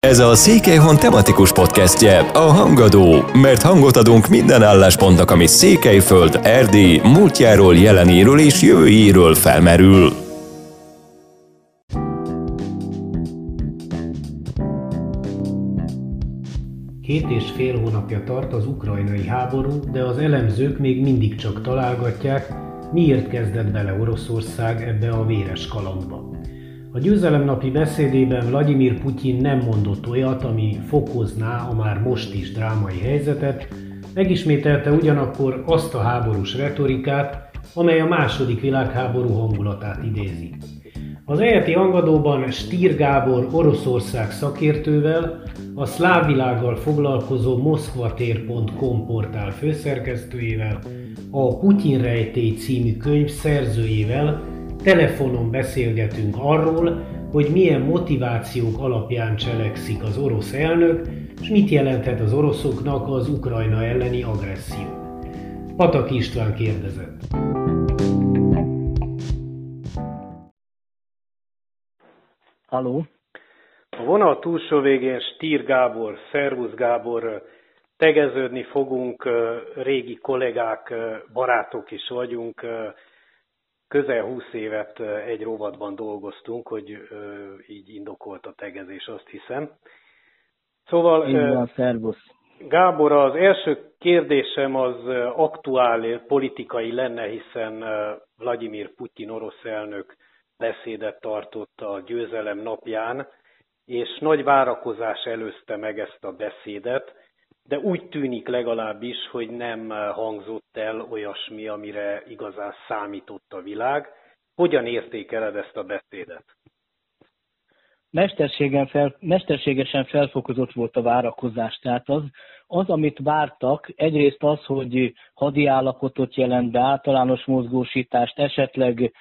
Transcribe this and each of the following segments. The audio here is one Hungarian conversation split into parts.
Ez a Székelyhon tematikus podcastje, a Hangadó, mert hangot adunk minden álláspontnak, ami Székelyföld, Erdély, múltjáról, jelenéről és jövőjéről felmerül. Két és fél hónapja tart az ukrajnai háború, de az elemzők még mindig csak találgatják, miért kezdett bele Oroszország ebbe a véres kalandba. A győzelemnapi beszédében Vlagyimir Putyin nem mondott olyat, ami fokozná a már most is drámai helyzetet, megismételte ugyanakkor azt a háborús retorikát, amely a második világháború hangulatát idézi. Az eheti Hangadóban Stier Gábor Oroszország szakértővel, a szláv világgal foglalkozó moszkvatér.com portál főszerkesztőjével, a Putyin rejtély című könyv szerzőjével telefonon beszélgetünk arról, hogy milyen motivációk alapján cselekszik az orosz elnök, és mit jelenthet az oroszoknak az Ukrajna elleni agresszió. Pataki István kérdezett. Halló? A vonal túlsó végén Stier Gábor, szervusz Gábor, tegeződni fogunk, régi kollégák, barátok is vagyunk, közel 20 évet egy rovatban dolgoztunk, hogy így indokolt a tegezés, azt hiszem. Szóval, szervusz. Gábor, az első kérdésem az aktuál politikai lenne, hiszen Vlagyimir Putyin orosz elnök beszédet tartott a győzelem napján, és nagy várakozás előzte meg ezt a beszédet, de úgy tűnik legalábbis, hogy nem hangzott el olyasmi, amire igazán számított a világ. Hogyan értékeled ezt a beszédet? Mesterségesen felfokozott volt a várakozás. Tehát az, amit vártak, egyrészt az, hogy hadi állapotot jelent be, általános mozgósítást, esetleg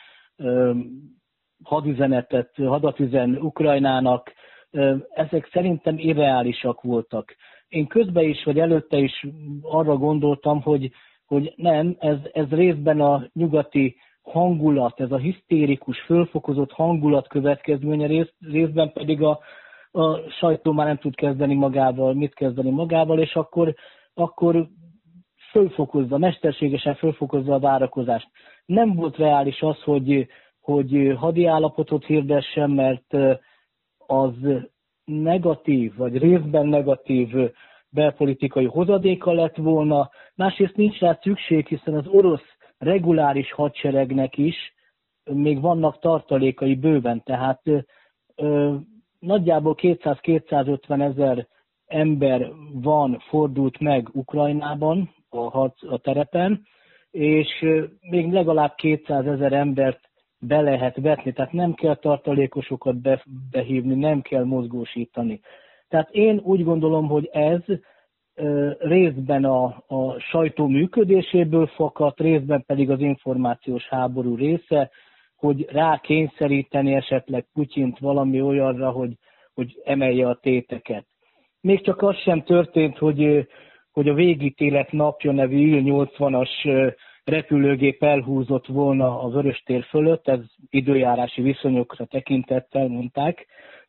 hadat üzen Ukrajnának, ezek szerintem irreálisak voltak. Én közben is, vagy előtte is arra gondoltam, hogy nem, ez részben a nyugati hangulat, ez a hisztérikus, fölfokozott hangulat következménye, részben pedig a sajtó már nem tud mit kezdeni magával, és akkor mesterségesen fölfokozza a várakozást. Nem volt reális az, hogy hadi állapotot hirdessen, mert az negatív, vagy részben negatív belpolitikai hozadéka lett volna. Másrészt nincs rá szükség, hiszen az orosz reguláris hadseregnek is még vannak tartalékai bőven, tehát nagyjából 200-250 ezer ember fordult meg Ukrajnában a terepen, és még legalább 200 ezer embert be lehet vetni, tehát nem kell tartalékosokat behívni, nem kell mozgósítani. Tehát én úgy gondolom, hogy ez részben a sajtó működéséből fakadt, részben pedig az információs háború része, hogy rá kényszeríteni esetleg Putyint valami olyanra, hogy emelje a téteket. Még csak az sem történt, hogy a Végítélet napja nevű Il-80-as repülőgép elhúzott volna a Vöröstér fölött, ez időjárási viszonyokra tekintettel mondták.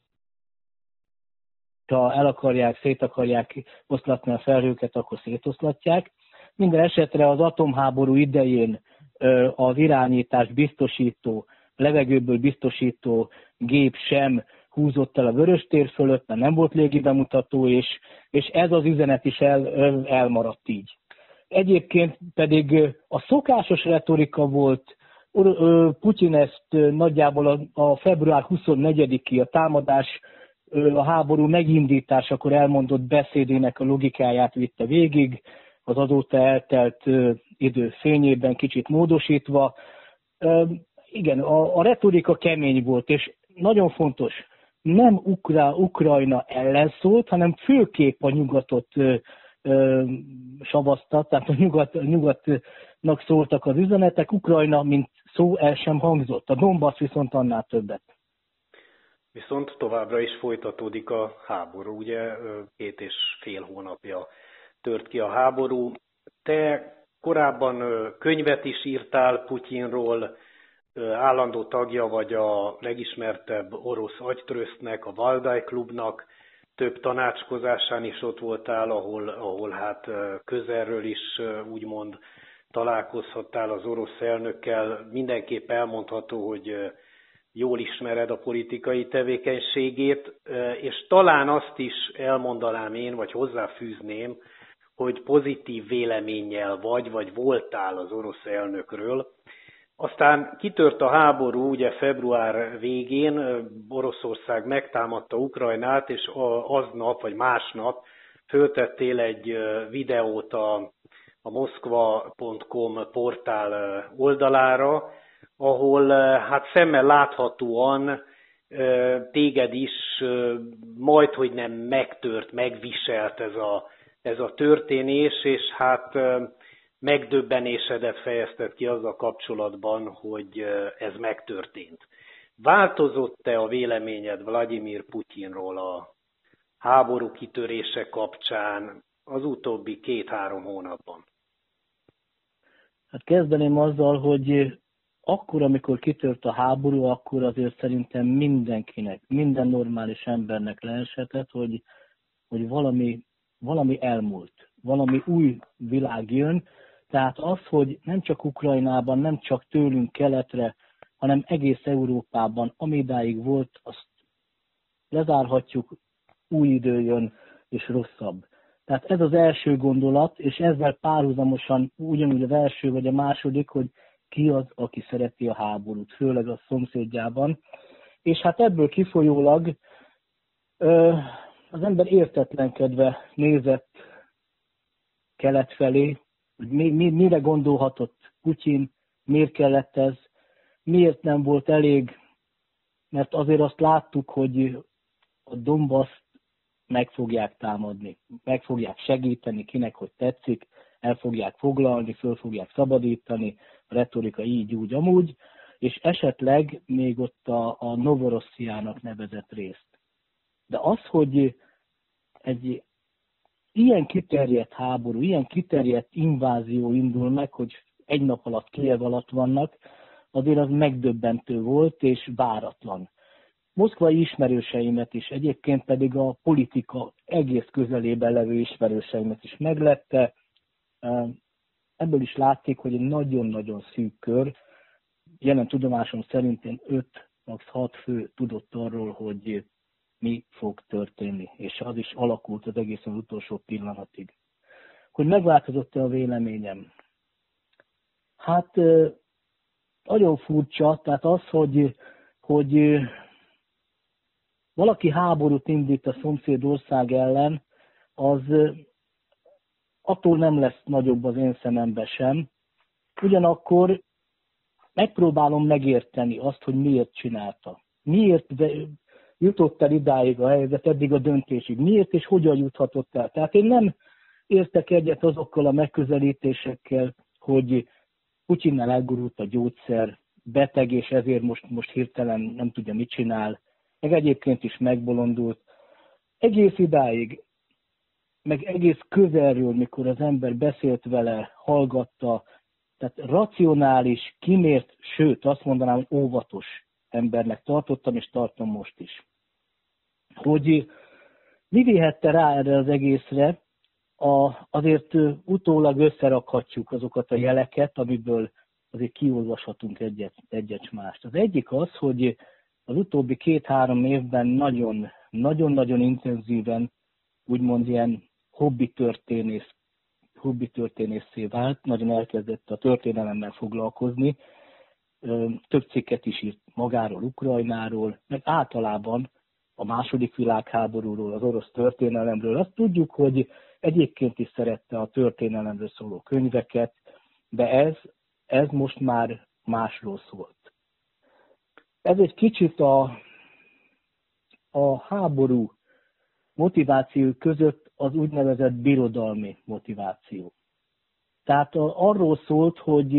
Ha szét akarják oszlatni a felhőket, akkor szétoszlatják. Minden esetre az atomháború idején az irányítást biztosító, levegőből biztosító gép sem húzott el a Vöröstér fölött, mert nem volt légibemutató, és ez az üzenet is elmaradt így. Egyébként pedig a szokásos retorika volt, Putyin ezt nagyjából a február 24-i a támadás, a háború megindításakor elmondott beszédének a logikáját vitte végig, az azóta eltelt idő fényében kicsit módosítva. Igen, a retorika kemény volt, és nagyon fontos, nem Ukrajna ellen szólt, hanem főképp a nyugatot savazta, tehát a nyugatnak szóltak az üzenetek, Ukrajna, mint szó el sem hangzott, a Donbass viszont annál többet. Viszont továbbra is folytatódik a háború, ugye 2,5 hónapja tört ki a háború. Te korábban könyvet is írtál Putyinról, állandó tagja vagy a legismertebb orosz agytrösztnek, a Valdai Klubnak. több tanácskozásán is ott voltál, ahol hát közelről is úgymond találkozhattál az orosz elnökkel. Mindenképp elmondható, hogy jól ismered a politikai tevékenységét, és talán azt is elmondanám én, vagy hozzáfűzném, hogy pozitív véleménnyel vagy voltál az orosz elnökről. Aztán kitört a háború, ugye február végén Oroszország megtámadta Ukrajnát, és aznap vagy másnap föltettél egy videót a moskva.com portál oldalára, ahol hát szemmel láthatóan téged is majdhogy nem megtört, megviselt ez a történés, és hát megdöbbenésedet fejezted ki azzal kapcsolatban, hogy ez megtörtént. Változott-e a véleményed Vladimir Putyinról a háború kitörése kapcsán az utóbbi 2-3 hónapban? Hát kezdeném azzal, hogy akkor, amikor kitört a háború, akkor azért szerintem mindenkinek, minden normális embernek leeshetett, hogy valami elmúlt, valami új világ jön. Tehát az, hogy nem csak Ukrajnában, nem csak tőlünk keletre, hanem egész Európában, amidáig volt, azt lezárhatjuk, új idő jön és rosszabb. Tehát ez az első gondolat, és ezzel párhuzamosan ugyanúgy az első vagy a második, hogy ki az, aki szereti a háborút, főleg a szomszédjában. És hát ebből kifolyólag az ember értetlenkedve nézett kelet felé, hogy mire gondolhatott Putyin, miért kellett ez, miért nem volt elég, mert azért azt láttuk, hogy a Donbaszt meg fogják támadni, meg fogják segíteni, kinek hogy tetszik, el fogják foglalni, föl fogják szabadítani, a retorika így, úgy, amúgy, és esetleg még ott a Novorossziának nevezett részt. De az, hogy egy ilyen kiterjedt háború, ilyen kiterjedt invázió indul meg, hogy egy nap alatt, Kijev alatt vannak, azért az megdöbbentő volt és váratlan. Moszkvai ismerőseimet is, egyébként pedig a politika egész közelében levő ismerőseimet is meglette. Ebből is látték, hogy egy nagyon-nagyon szűk kör, jelen tudomásom szerint 5, max. 6 fő tudott arról, hogy mi fog történni, és az is alakult az egészen utolsó pillanatig. Hogy megváltozott-e a véleményem? Hát nagyon furcsa, tehát az, hogy valaki háborút indít a szomszéd ország ellen, az attól nem lesz nagyobb az én szememben sem. Ugyanakkor megpróbálom megérteni azt, hogy miért csinálta. Miért jutott el idáig a helyzet, eddig a döntésig. Miért és hogyan juthatott el. Tehát én nem értek egyet azokkal a megközelítésekkel, hogy Putyinnal elgurult a gyógyszer, beteg, és ezért most hirtelen nem tudja, mit csinál. Meg egyébként is megbolondult. Egész idáig, meg egész közelről, mikor az ember beszélt vele, hallgatta, tehát racionális, kimért, sőt azt mondanám, hogy óvatos embernek tartottam, és tartom most is. Hogy mi vihette rá erre az egészre, azért utólag összerakhatjuk azokat a jeleket, amiből azért kiolvashatunk egyet mást. Az egyik az, hogy az utóbbi 2-3 évben nagyon-nagyon intenzíven, úgymond ilyen hobbi történészé vált, nagyon elkezdett a történelemmel foglalkozni, több cikket is írt magáról, Ukrajnáról, meg általában a II. Világháborúról, az orosz történelemről. Azt tudjuk, hogy egyébként is szerette a történelemről szóló könyveket, de ez most már másról szólt. Ez egy kicsit a háború motiváció között az úgynevezett birodalmi motiváció. Tehát arról szólt,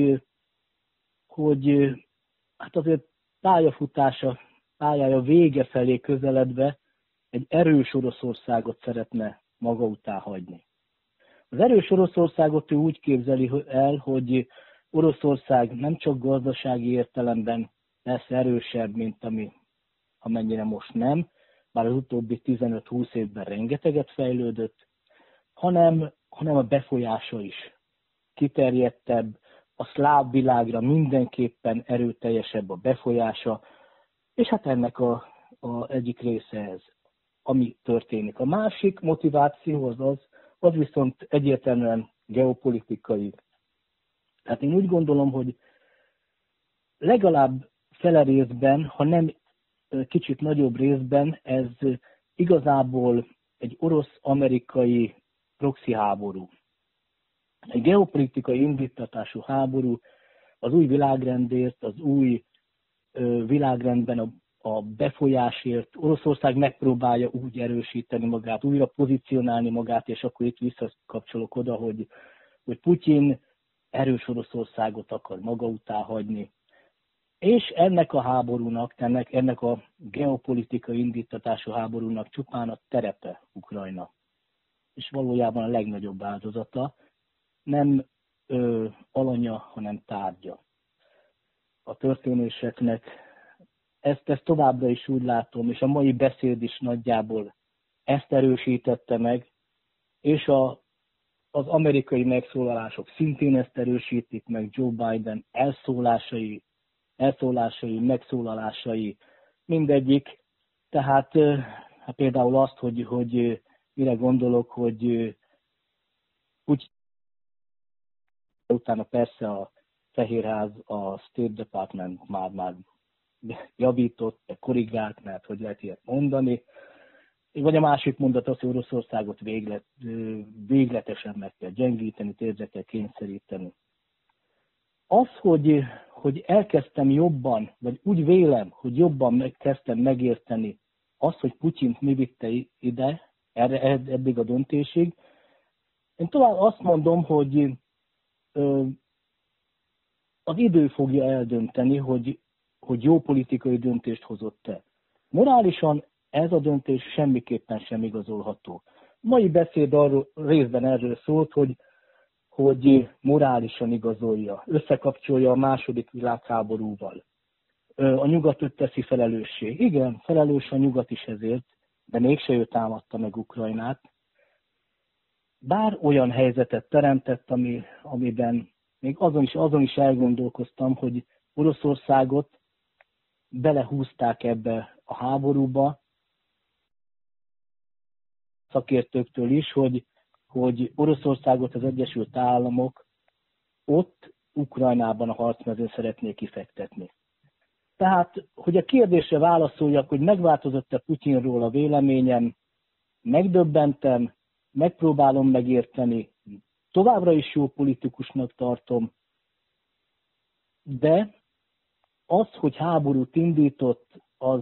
hogy hát azért pályája vége felé közeledve egy erős Oroszországot szeretne maga után hagyni. Az erős Oroszországot ő úgy képzeli el, hogy Oroszország nem csak gazdasági értelemben lesz erősebb, mint amennyire most nem, már az utóbbi 15-20 évben rengeteget fejlődött, hanem a befolyása is kiterjedtebb, a szláv világra mindenképpen erőteljesebb a befolyása, és hát ennek a egyik része ez, ami történik. A másik motiváció az viszont egyértelműen geopolitikai. Tehát én úgy gondolom, hogy legalább fele részben, ha nem kicsit nagyobb részben, ez igazából egy orosz-amerikai proxy háború. Egy geopolitikai indítatású háború az új világrendért, az új világrendben a befolyásért. Oroszország megpróbálja úgy erősíteni magát, újra pozícionálni magát, és akkor itt visszakapcsolok oda, hogy Putyin erős Oroszországot akar maga után hagyni. És ennek a háborúnak, ennek a geopolitikai indítatású háborúnak csupán a terepe Ukrajna. És valójában a legnagyobb áldozata, nem alanya, hanem tárgya a történéseknek. Ezt továbbra is úgy látom, és a mai beszéd is nagyjából ezt erősítette meg, és az amerikai megszólalások szintén ezt erősítik meg, Joe Biden elszólásai, megszólalásai, mindegyik. Tehát például azt, hogy mire gondolok, hogy úgy utána persze a Fehérház, a State Department már javított, korrigált, mert hogy lehet ilyet mondani. Vagy a másik mondat az, hogy Oroszországot végletesen meg kell gyengíteni, térdre kell kényszeríteni. Az, hogy elkezdtem jobban, vagy úgy vélem, hogy jobban kezdtem megérteni azt, hogy Putyint mi vitte ide, eddig a döntésig, én tovább azt mondom, hogy az idő fogja eldönteni, hogy jó politikai döntést hozott-e. Morálisan ez a döntés semmiképpen sem igazolható. Mai beszéd részben erről szólt, hogy morálisan igazolja, összekapcsolja a második világháborúval. A nyugat teszi felelőssé. Igen, felelős a nyugat is ezért, de mégse ő támadta meg Ukrajnát. Bár olyan helyzetet teremtett, amiben még azon is elgondolkoztam, hogy Oroszországot belehúzták ebbe a háborúba, szakértőktől is, hogy Oroszországot az Egyesült Államok ott, Ukrajnában a harcmezőn szeretnék kifektetni. Tehát, hogy a kérdésre válaszoljak, hogy megváltozott-e Putyinról a véleményem, megdöbbentem, megpróbálom megérteni, továbbra is jó politikusnak tartom, de az, hogy háborút indított, az,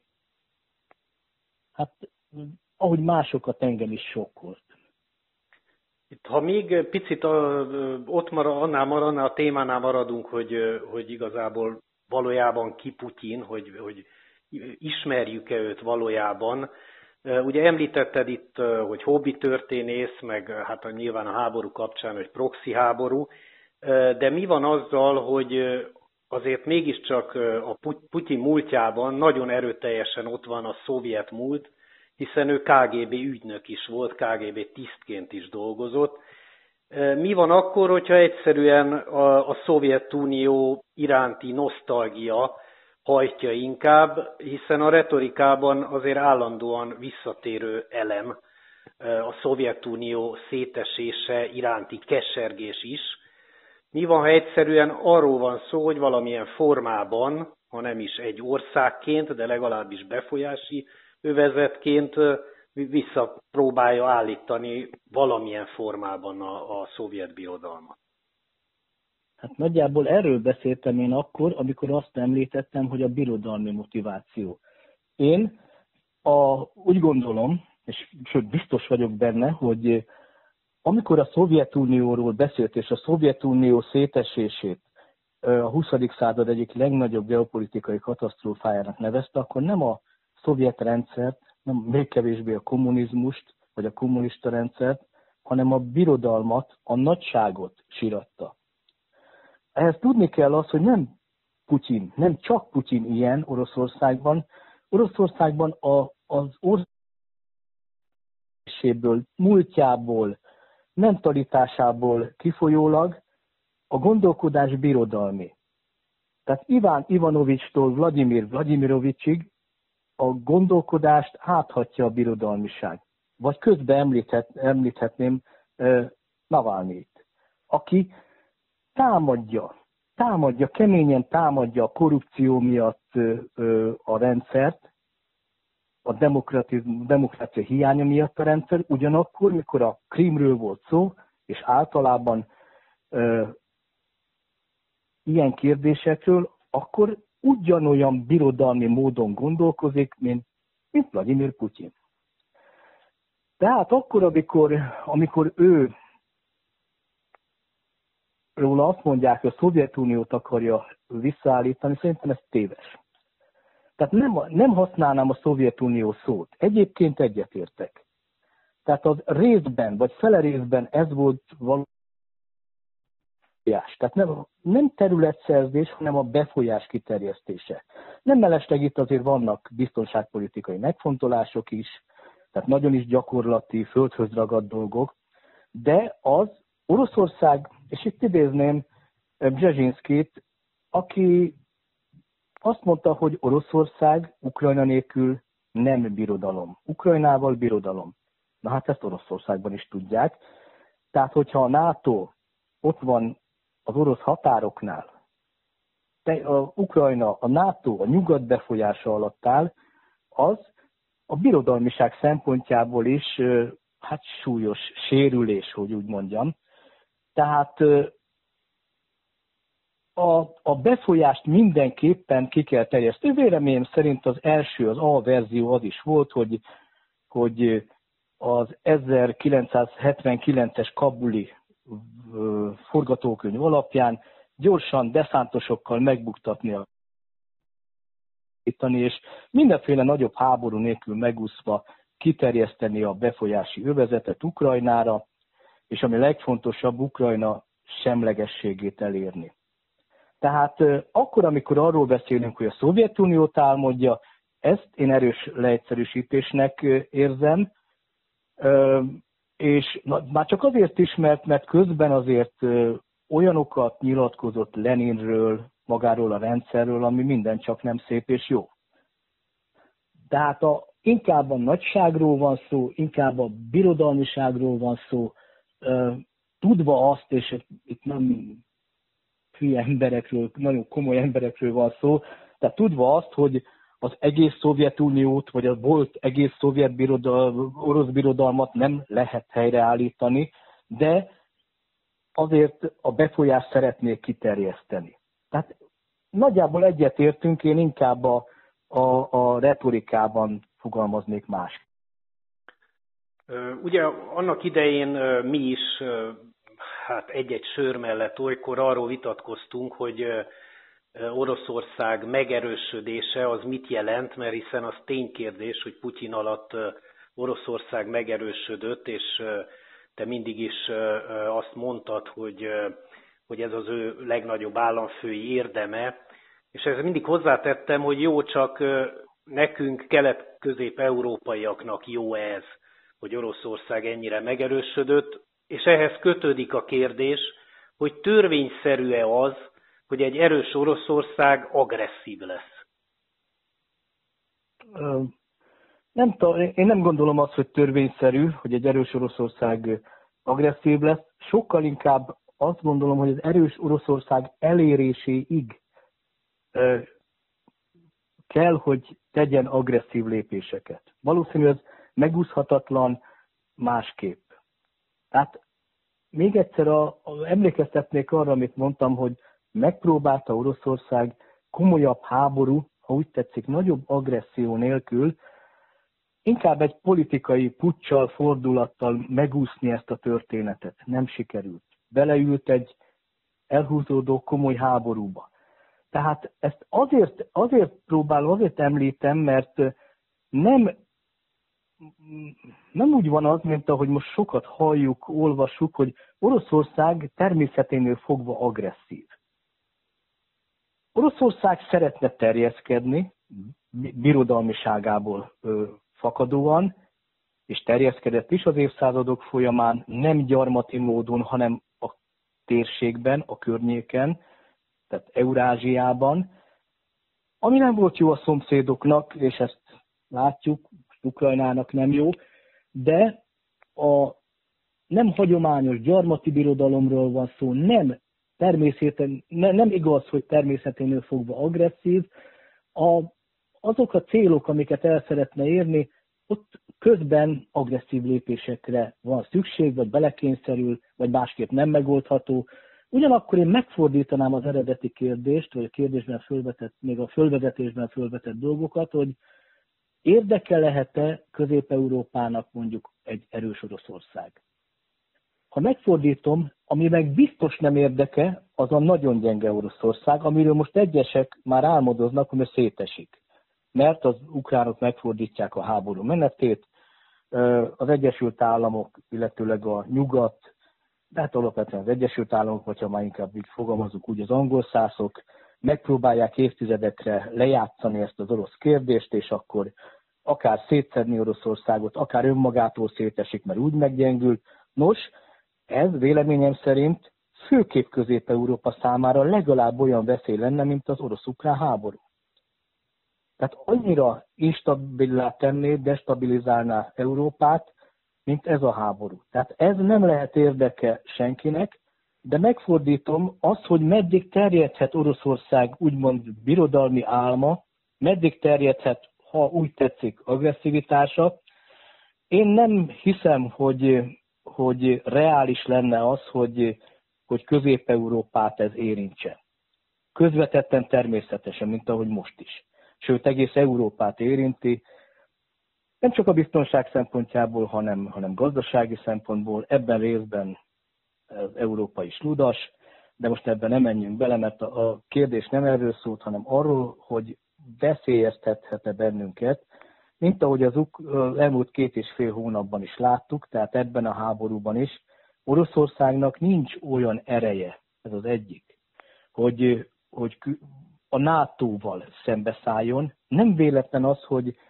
hát, ahogy másokat engem is sokkolt. Itt, ha még picit annál a témánál maradunk, hogy igazából valójában ki Putyin, hogy ismerjük-e őt valójában. Ugye említetted itt, hogy hobbi történész, meg hát nyilván a háború kapcsán, hogy proxy háború, de mi van azzal, hogy azért mégiscsak a Putyin múltjában nagyon erőteljesen ott van a szovjet múlt, hiszen ő KGB ügynök is volt, KGB tisztként is dolgozott. Mi van akkor, hogyha egyszerűen a Szovjetunió iránti nosztalgia hajtja inkább, hiszen a retorikában azért állandóan visszatérő elem a Szovjetunió szétesése iránti kesergés is. Mi van, ha egyszerűen arról van szó, hogy valamilyen formában, ha nem is egy országként, de legalábbis befolyási övezetként visszapróbálja állítani valamilyen formában a szovjet birodalmat. Hát nagyjából erről beszéltem én akkor, amikor azt említettem, hogy a birodalmi motiváció. Én úgy gondolom, és sőt biztos vagyok benne, hogy amikor a Szovjetunióról beszélt, és a Szovjetunió szétesését a 20. század egyik legnagyobb geopolitikai katasztrófájának nevezte, akkor nem a szovjet rendszert, nem még kevésbé a kommunizmust, vagy a kommunista rendszert, hanem a birodalmat, a nagyságot síratta. Ehhez tudni kell azt, hogy nem csak Putyin ilyen Oroszországban. Oroszországban az országból, múltjából, mentalitásából kifolyólag a gondolkodás birodalmi. Tehát Iván Ivanovicstól Vladimir Vladimirovicsig a gondolkodást áthatja a birodalmiság. Vagy közben említhetném Navalnyit, aki keményen támadja a korrupció miatt a rendszert, a demokrácia hiánya miatt a rendszer, ugyanakkor, mikor a Krímről volt szó, és általában ilyen kérdésekről, akkor ugyanolyan birodalmi módon gondolkozik, mint Vladimir Putyin. Tehát akkor, amikor róla azt mondják, hogy a Szovjetuniót akarja visszaállítani, szerintem ez téves. Tehát nem használnám a Szovjetunió szót. Egyébként egyetértek. Tehát az részben, vagy fele részben ez volt valójában. Tehát nem területszerzés, hanem a befolyás kiterjesztése. Nem mellesleg itt azért vannak biztonságpolitikai megfontolások is, tehát nagyon is gyakorlati, földhöz ragadt dolgok, de az Oroszország, és itt idézném Bzsezsinszkit, aki azt mondta, hogy Oroszország Ukrajna nélkül nem birodalom. Ukrajnával birodalom. Na hát ezt Oroszországban is tudják. Tehát, hogyha a NATO ott van az orosz határoknál, Ukrajna, a NATO, a nyugat befolyása alatt áll, az a birodalmiság szempontjából is hát súlyos sérülés, hogy úgy mondjam. Tehát a befolyást mindenképpen ki kell terjeszteni. Véleményem szerint az első, az A verzió az is volt, hogy az 1979-es kabuli forgatókönyv alapján gyorsan deszántosokkal megbuktatni és mindenféle nagyobb háború nélkül megúszva kiterjeszteni a befolyási övezetet Ukrajnára, és ami legfontosabb, Ukrajna semlegességét elérni. Tehát akkor, amikor arról beszélünk, hogy a Szovjetuniót álmodja, ezt én erős leegyszerűsítésnek érzem, és már csak azért is, mert közben azért olyanokat nyilatkozott Leninről, magáról a rendszerről, ami minden csak nem szép és jó. Tehát inkább a nagyságról van szó, inkább a birodalmiságról van szó, tudva azt, és itt nem hülye emberekről, nagyon komoly emberekről van szó, tehát tudva azt, hogy az egész Szovjetuniót, vagy a volt egész szovjet orosz birodalmat nem lehet helyreállítani, de azért a befolyást szeretnék kiterjeszteni. Tehát nagyjából egyetértünk, én inkább a retorikában fogalmaznék más. Ugye annak idején mi is hát egy-egy sör mellett olykor arról vitatkoztunk, hogy Oroszország megerősödése az mit jelent, mert hiszen az ténykérdés, hogy Putyin alatt Oroszország megerősödött, és te mindig is azt mondtad, hogy ez az ő legnagyobb államfői érdeme, és ezzel mindig hozzátettem, hogy jó, csak nekünk kelet-közép-európaiaknak jó ez, hogy Oroszország ennyire megerősödött, és ehhez kötődik a kérdés, hogy törvényszerű-e az, hogy egy erős Oroszország agresszív lesz? Én nem gondolom azt, hogy törvényszerű, hogy egy erős Oroszország agresszív lesz. Sokkal inkább azt gondolom, hogy az erős Oroszország eléréséig kell, hogy tegyen agresszív lépéseket. Valószínűleg ez megúszhatatlan másképp. Tehát még egyszer emlékeztetnék arra, amit mondtam, hogy megpróbálta Oroszország komolyabb háború, ha úgy tetszik, nagyobb agresszió nélkül, inkább egy politikai puccsal, fordulattal megúszni ezt a történetet. Nem sikerült. Beleült egy elhúzódó komoly háborúba. Tehát ezt azért említem, mert nem úgy van az, mint ahogy most sokat halljuk, olvassuk, hogy Oroszország természeténél fogva agresszív. Oroszország szeretne terjeszkedni, birodalmiságából fakadóan, és terjeszkedett is az évszázadok folyamán, nem gyarmati módon, hanem a térségben, a környéken, tehát Eurázsiában, ami nem volt jó a szomszédoknak, és ezt látjuk, Ukrajnának nem jó, de a nem hagyományos gyarmati birodalomról van szó, nem igaz, hogy természeténél fogva agresszív. Azok a célok, amiket el szeretne érni, ott közben agresszív lépésekre van szükség, vagy belekényszerül, vagy másképp nem megoldható. Ugyanakkor én megfordítanám az eredeti kérdést, vagy a kérdésben fölvetett, még a fölvezetésben fölvetett dolgokat, hogy érdeke lehet-e Közép-Európának mondjuk egy erős Oroszország? Ha megfordítom, ami meg biztos nem érdeke, az a nagyon gyenge Oroszország, amiről most egyesek már álmodoznak, hogy szétesik. Mert az ukránok megfordítják a háború menetét, az Egyesült Államok, illetőleg a nyugat, de hát alapvetően az Egyesült Államok, vagy ha már inkább így fogalmazunk, úgy az angol szászok, megpróbálják évtizedekre lejátszani ezt az orosz kérdést, és akkor akár szétszedni Oroszországot, akár önmagától szétesik, mert úgy meggyengül. Nos, ez véleményem szerint főképp Közép-Európa számára legalább olyan veszély lenne, mint az orosz-ukrán háború. Tehát annyira instabilá tenné, destabilizálná Európát, mint ez a háború. Tehát ez nem lehet érdeke senkinek, de megfordítom azt, hogy meddig terjedhet Oroszország úgymond birodalmi álma, meddig terjedhet, ha úgy tetszik, agresszivitása. Én nem hiszem, hogy reális lenne az, hogy Közép-Európát ez érintse. Közvetetten természetesen, mint ahogy most is. Sőt, egész Európát érinti, nem csak a biztonság szempontjából, hanem gazdasági szempontból. Ebben részben az Európa is ludas, de most ebben nem menjünk bele, mert a kérdés nem erről szólt, hanem arról, hogy veszélyeztethet-e bennünket, mint ahogy az elmúlt 2,5 hónapban is láttuk, tehát ebben a háborúban is, Oroszországnak nincs olyan ereje, ez az egyik, hogy a NATO-val szembeszálljon. Nem véletlen az,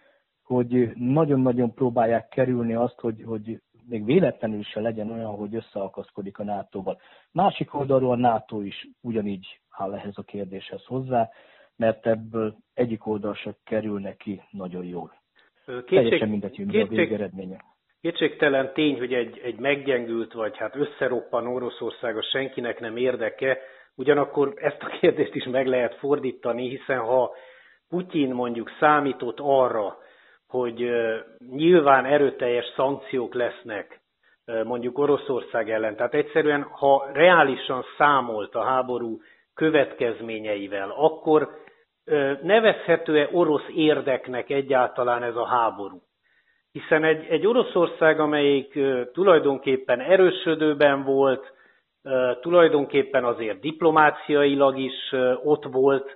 hogy nagyon-nagyon próbálják kerülni azt, hogy még véletlenül se legyen olyan, hogy összeakaszkodik a NATO-val. Másik oldalról a NATO is ugyanígy áll ehhez a kérdéshez hozzá, mert ebből egyik oldal se kerül neki nagyon jól. Teljesen mindegy, mi a végeredménye. Kétségtelen tény, hogy egy meggyengült, vagy hát összeroppan Oroszország a senkinek nem érdeke, ugyanakkor ezt a kérdést is meg lehet fordítani, hiszen ha Putyin mondjuk számított arra, hogy nyilván erőteljes szankciók lesznek mondjuk Oroszország ellen, tehát egyszerűen ha reálisan számolt a háború következményeivel, akkor nevezhető-e orosz érdeknek egyáltalán ez a háború? Hiszen egy Oroszország, amelyik tulajdonképpen erősödőben volt, tulajdonképpen azért diplomáciailag is ott volt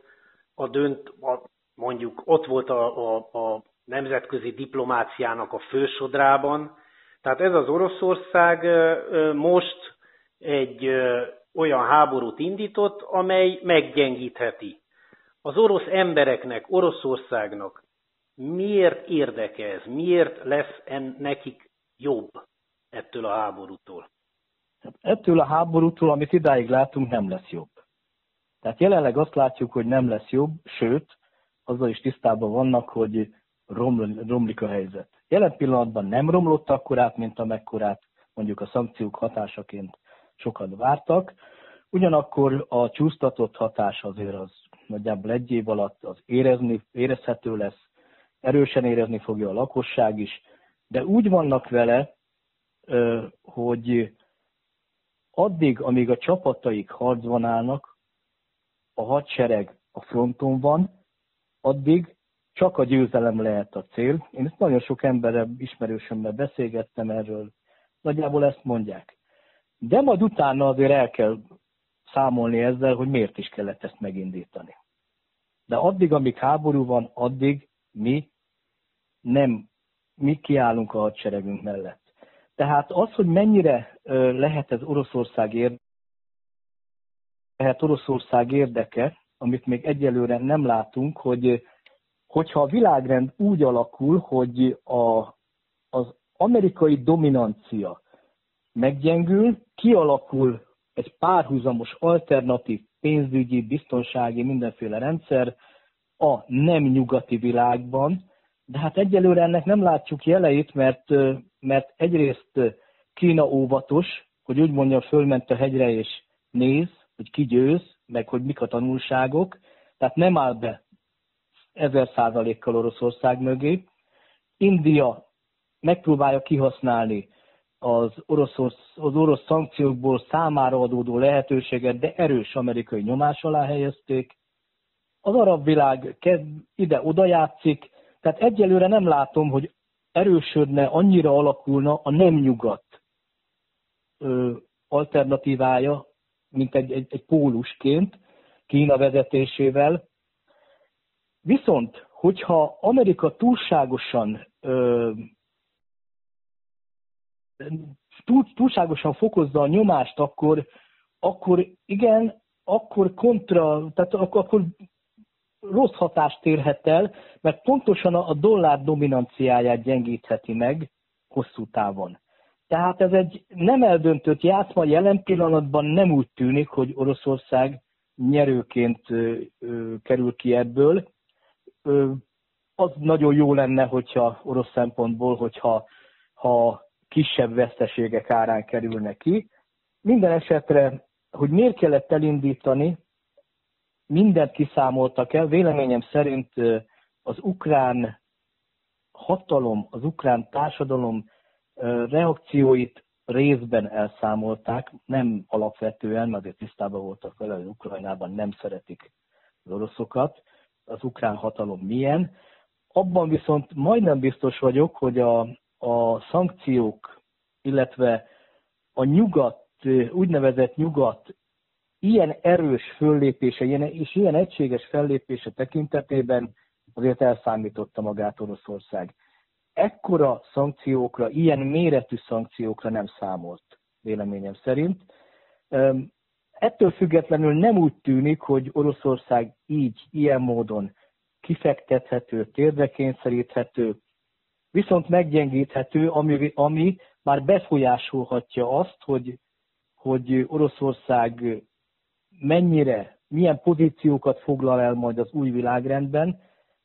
mondjuk ott volt a nemzetközi diplomáciának a fősodrában. Tehát ez az Oroszország most egy olyan háborút indított, amely meggyengítheti. Az orosz embereknek, Oroszországnak miért érdeke ez? Miért lesz nekik jobb ettől a háborútól? Ettől a háborútól, amit idáig látunk, nem lesz jobb. Tehát jelenleg azt látjuk, hogy nem lesz jobb, sőt, azzal is tisztában vannak, hogy romlik a helyzet. Jelen pillanatban nem romlott akkorát, mint amekkorát mondjuk a szankciók hatásaként sokan vártak. Ugyanakkor a csúsztatott hatás azért az nagyjából 1 év alatt az érezhető lesz, erősen érezni fogja a lakosság is, de úgy vannak vele, hogy addig, amíg a csapataik harcban állnak, a hadsereg a fronton van, addig csak a győzelem lehet a cél. Én ezt nagyon sok emberrel, ismerősömmel beszélgettem erről, nagyjából ezt mondják. De majd utána azért el kell számolni ezzel, hogy miért is kellett ezt megindítani. De addig, amíg háború van, addig mi kiállunk a hadseregünk mellett. Tehát az, hogy mennyire lehet ez Oroszország érdeke, amit még egyelőre nem látunk, hogyha a világrend úgy alakul, hogy az amerikai dominancia meggyengül, kialakul egy párhuzamos, alternatív pénzügyi, biztonsági, mindenféle rendszer a nem nyugati világban, de hát egyelőre ennek nem látjuk jeleit, mert egyrészt Kína óvatos, hogy úgy mondja, fölment a hegyre és néz, hogy ki győz, meg hogy mik a tanulságok, tehát nem áll be 1000%-kal Oroszország mögé. India megpróbálja kihasználni az orosz szankciókból számára adódó lehetőséget, de erős amerikai nyomás alá helyezték. Az arab világ ide-oda játszik, tehát egyelőre nem látom, hogy erősödne, annyira alakulna a nem nyugat alternatívája, mint egy pólusként Kína vezetésével. Viszont, hogyha Amerika túlságosan fokozza a nyomást, akkor rossz hatást érhet el, mert pontosan a dollár dominanciáját gyengítheti meg hosszú távon. Tehát ez egy nem eldöntött játszma, jelen pillanatban nem úgy tűnik, hogy Oroszország nyerőként kerül ki ebből. Az nagyon jó lenne, hogyha orosz szempontból, hogyha kisebb veszteségek árán kerülne ki. Minden esetre, hogy miért kellett elindítani, mindent kiszámoltak el. Véleményem szerint az ukrán hatalom, az ukrán társadalom reakcióit részben elszámolták, nem alapvetően, mert azért tisztában voltak vele, hogy Ukrajnában nem szeretik az oroszokat, az ukrán hatalom milyen. Abban viszont majdnem biztos vagyok, hogy a szankciók, illetve a nyugat, úgynevezett nyugat ilyen erős föllépése és ilyen egységes fellépése tekintetében azért elszámította magát Oroszország. Ekkora szankciókra, ilyen méretű szankciókra nem számolt, véleményem szerint. Ettől függetlenül nem úgy tűnik, hogy Oroszország ilyen módon kifektethető, térdre kényszeríthető, viszont meggyengíthető, ami már befolyásolhatja azt, hogy Oroszország milyen pozíciókat foglal el majd az új világrendben,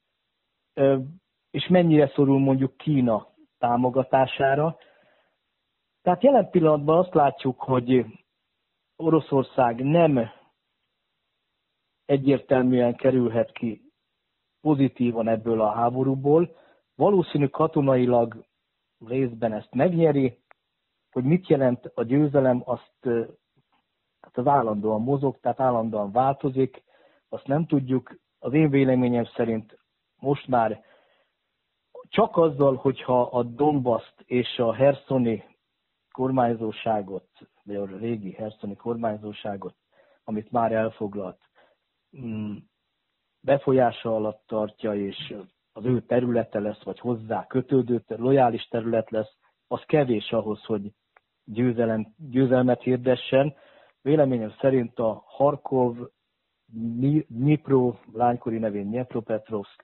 és mennyire szorul mondjuk Kína támogatására. Tehát jelen pillanatban azt látjuk, hogy Oroszország nem egyértelműen kerülhet ki pozitívan ebből a háborúból. Valószínű katonailag részben ezt megnyeri, hogy mit jelent a győzelem, az állandóan mozog, tehát állandóan változik, azt nem tudjuk. Az én véleményem szerint most már csak azzal, hogyha a Donbaszt és a herszoni kormányzóságot, vagy a régi herszoni kormányzóságot, amit már elfoglalt, befolyása alatt tartja, és az ő területe lesz, vagy hozzá kötődő, lojális terület lesz, az kevés ahhoz, hogy győzelmet hirdessen. Véleményem szerint a Harkov, Dnipro, lánykori nevén Dnipropetrovsk,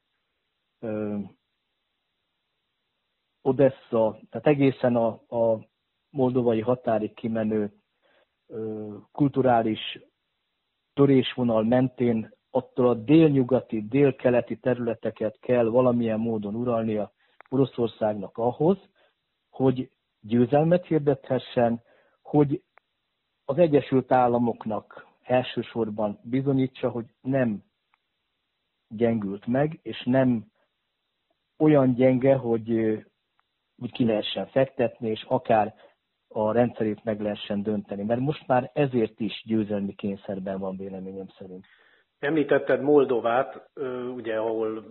Odessa, tehát egészen a moldovai határig kimenő kulturális törésvonal mentén attól a délnyugati, délkeleti területeket kell valamilyen módon uralnia Oroszországnak ahhoz, hogy győzelmet hirdethessen, hogy az Egyesült Államoknak elsősorban bizonyítsa, hogy nem gyengült meg, és nem olyan gyenge, hogy ki lehessen fektetni, és akár a rendszerét meg lehessen dönteni. Mert most már ezért is győzelmi kényszerben van, véleményem szerint. Említetted Moldovát, ugye, ahol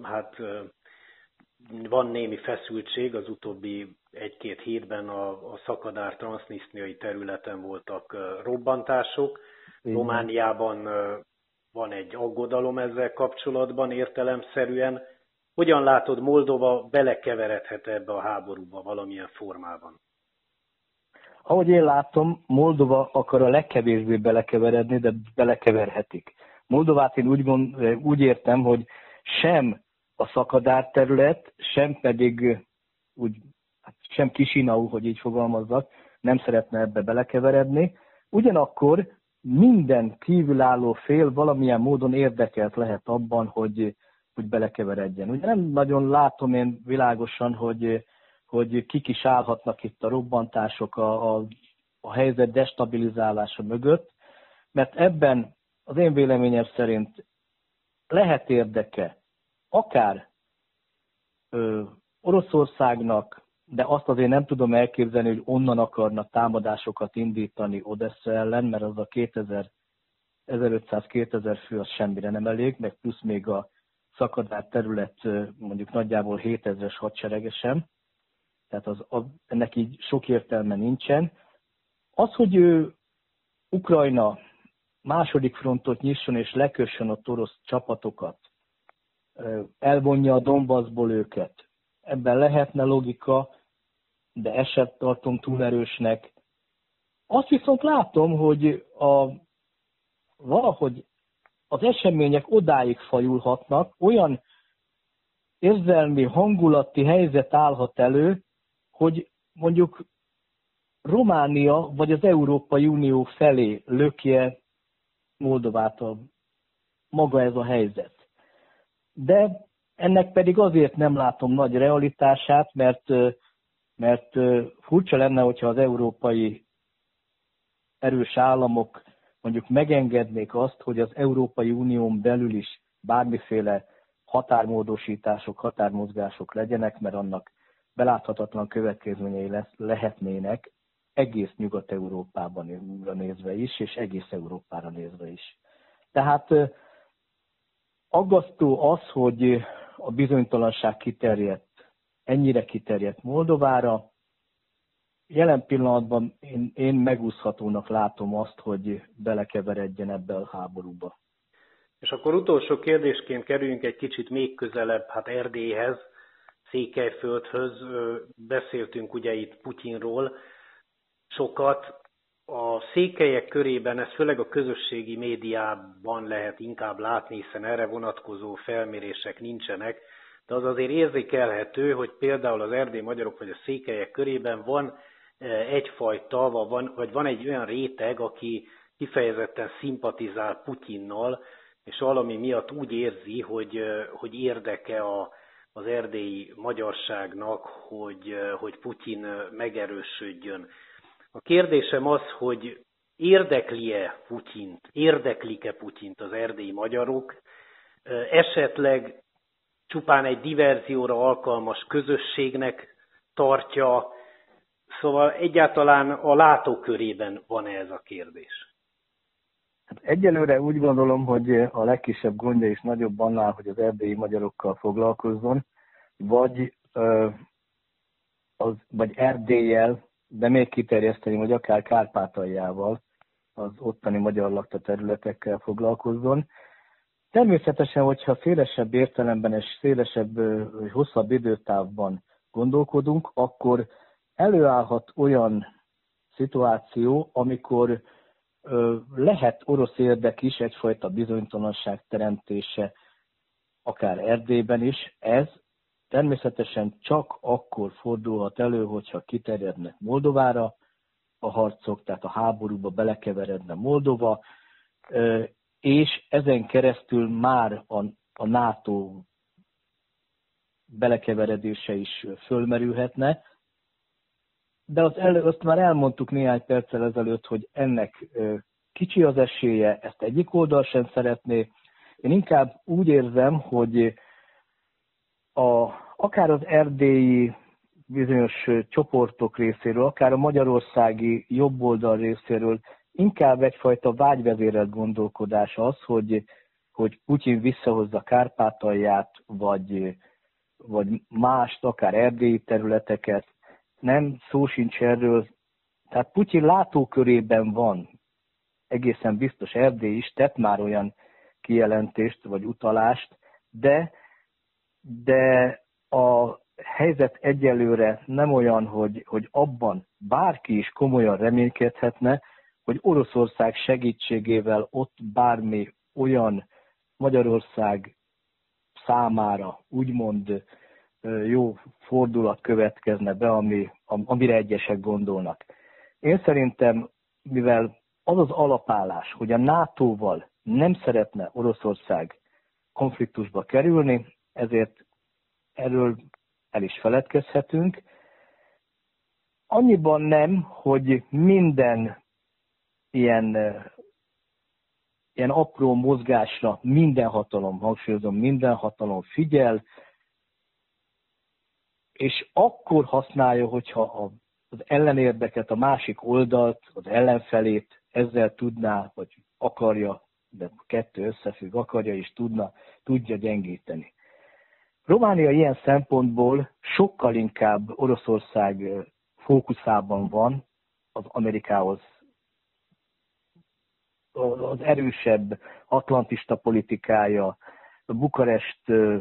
van némi feszültség, az utóbbi 1-2 hétben a szakadár transznisztriai területen voltak robbantások. Romániában van egy aggodalom ezzel kapcsolatban értelemszerűen. Hogyan látod, Moldova belekeveredhet ebbe a háborúba valamilyen formában? Ahogy én látom, Moldova akar a legkevésbé belekeveredni, de belekeverhetik. Moldovát én úgy értem, hogy sem a szakadár terület, sem pedig úgy, sem Chisinau, hogy így fogalmazzak, nem szeretne ebbe belekeveredni. Ugyanakkor minden kívülálló fél valamilyen módon érdekelt lehet abban, hogy belekeveredjen. Ugye nem nagyon látom én világosan, hogy kik is állhatnak itt a robbantások, a helyzet destabilizálása mögött, mert ebben az én véleményem szerint lehet érdeke akár Oroszországnak, de azt azért nem tudom elképzelni, hogy onnan akarnak támadásokat indítani Odessa ellen, mert az a 1500-2000 fő az semmire nem elég, meg plusz még a szakadár terület mondjuk nagyjából 7000-es hadseregesen, tehát ennek így sok értelme nincsen. Az, hogy Ukrajna második frontot nyisson és lekössön a orosz csapatokat, elvonja a Donbassból őket, ebben lehetne logika, de ezt sem tartom túl erősnek. Azt viszont látom, hogy valahogy az események odáig fajulhatnak, olyan érzelmi, hangulati helyzet állhat elő, hogy mondjuk Románia vagy az Európai Unió felé lökje Moldovát maga ez a helyzet. De ennek pedig azért nem látom nagy realitását, mert furcsa lenne, hogyha az európai erős államok mondjuk megengednék azt, hogy az Európai Unión belül is bármiféle határmódosítások, határmozgások legyenek, mert annak beláthatatlan következményei lehetnének egész Nyugat-Európában nézve is, és egész Európára nézve is. Tehát aggasztó az, hogy a bizonytalanság ennyire kiterjedt Moldovára. Jelen pillanatban én megúszhatónak látom azt, hogy belekeveredjen ebbe a háborúba. És akkor utolsó kérdésként kerüljünk egy kicsit még közelebb, Erdélyhez, Székelyföldhöz. Beszéltünk ugye itt Putyinról sokat. A székelyek körében, ez főleg a közösségi médiában lehet inkább látni, hiszen erre vonatkozó felmérések nincsenek, de az azért érzékelhető, hogy például az erdélyi magyarok vagy a székelyek körében van egyfajta, vagy van egy olyan réteg, aki kifejezetten szimpatizál Putyinnal, és valami miatt úgy érzi, hogy érdeke az erdélyi magyarságnak, hogy Putyin megerősödjön. A kérdésem az, hogy érdeklik-e Putyint az erdélyi magyarok, esetleg csupán egy diverzióra alkalmas közösségnek tartja, szóval egyáltalán a látókörében van-e ez a kérdés? Egyelőre úgy gondolom, hogy a legkisebb gondja is nagyobb annál, hogy az erdélyi magyarokkal foglalkozzon, vagy Erdéllyel, de még kiterjeszteni, vagy akár Kárpátaljával, az ottani magyar lakta területekkel foglalkozzon. Természetesen, hogyha szélesebb értelemben és szélesebb, hosszabb időtávban gondolkodunk, akkor előállhat olyan szituáció, amikor lehet orosz érdek is, egyfajta bizonytalanság teremtése, akár Erdélyben is. Ez természetesen csak akkor fordulhat elő, hogyha kiterjednek Moldovára a harcok, tehát a háborúba belekeveredne Moldova, és ezen keresztül már a NATO belekeveredése is fölmerülhetne. De azt már elmondtuk néhány perccel ezelőtt, hogy ennek kicsi az esélye, ezt egyik oldal sem szeretné. Én inkább úgy érzem, hogy akár az erdélyi bizonyos csoportok részéről, akár a magyarországi jobboldal részéről inkább egyfajta vágyvezérelt gondolkodás az, hogy Putyin visszahozza Kárpátalját, vagy mást, akár erdélyi területeket. Nem, szó sincs erről. Tehát Putyin látókörében van, egészen biztos Erdély is tett már olyan kijelentést, vagy utalást, de a helyzet egyelőre nem olyan, hogy abban bárki is komolyan reménykedhetne, hogy Oroszország segítségével ott bármi olyan Magyarország számára úgymond jó fordulat következne be, amire egyesek gondolnak. Én szerintem, mivel az az alapállás, hogy a NATO-val nem szeretne Oroszország konfliktusba kerülni, ezért erről el is feledkezhetünk. Annyiban nem, hogy minden ilyen apró mozgásra minden hatalom, hangsúlyozom, minden hatalom figyel, és akkor használja, hogyha az ellenérdeket, a másik oldalt, az ellenfelét ezzel tudná, vagy akarja, de kettő összefügg, akarja és tudja gyengíteni. Románia ilyen szempontból sokkal inkább Oroszország fókuszában van az Amerikához, az erősebb atlantista politikája, a Bukarest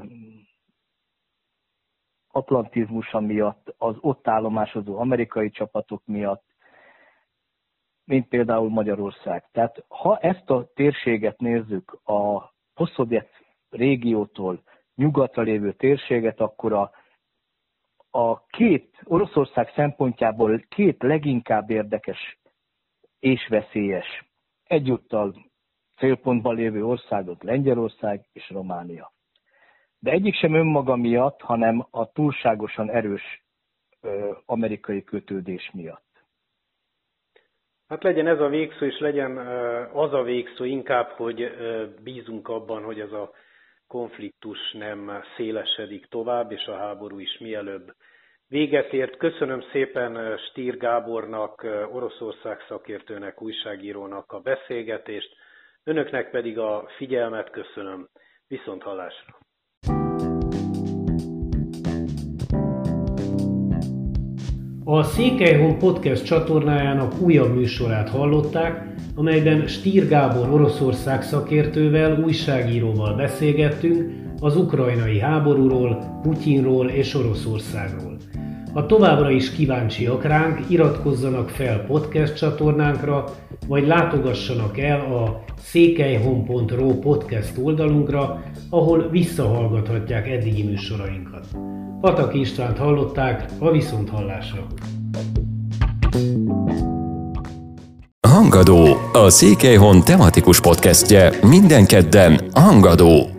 atlantizmusa miatt, az ott állomásozó amerikai csapatok miatt, mint például Magyarország. Tehát ha ezt a térséget nézzük, a posztszovjet régiótól nyugatra lévő térséget, akkor a két, Oroszország szempontjából két leginkább érdekes és veszélyes, egyúttal célpontban lévő országot Lengyelország és Románia. De egyik sem önmaga miatt, hanem a túlságosan erős amerikai kötődés miatt. Hát legyen ez a végszó, és legyen az a végszó inkább, hogy bízunk abban, hogy ez a konfliktus nem szélesedik tovább, és a háború is mielőbb véget ért. Köszönöm szépen Stier Gábornak, Oroszország szakértőnek, újságírónak a beszélgetést, önöknek pedig a figyelmet köszönöm. Viszonthallásra! A Székelyhon Podcast csatornájának újabb műsorát hallották, amelyben Stier Gábor Oroszország szakértővel, újságíróval beszélgettünk az ukrajnai háborúról, Putyinról és Oroszországról. Ha továbbra is kíváncsiak ránk, iratkozzanak fel podcast csatornánkra, vagy látogassanak el a székelyhon.ro podcast oldalunkra, ahol visszahallgathatják eddigi műsorainkat. Pataki Istvánt hallották, a viszonthallásra! Hangadó, a Székelyhon tematikus podcastje minden kedden Hangadó.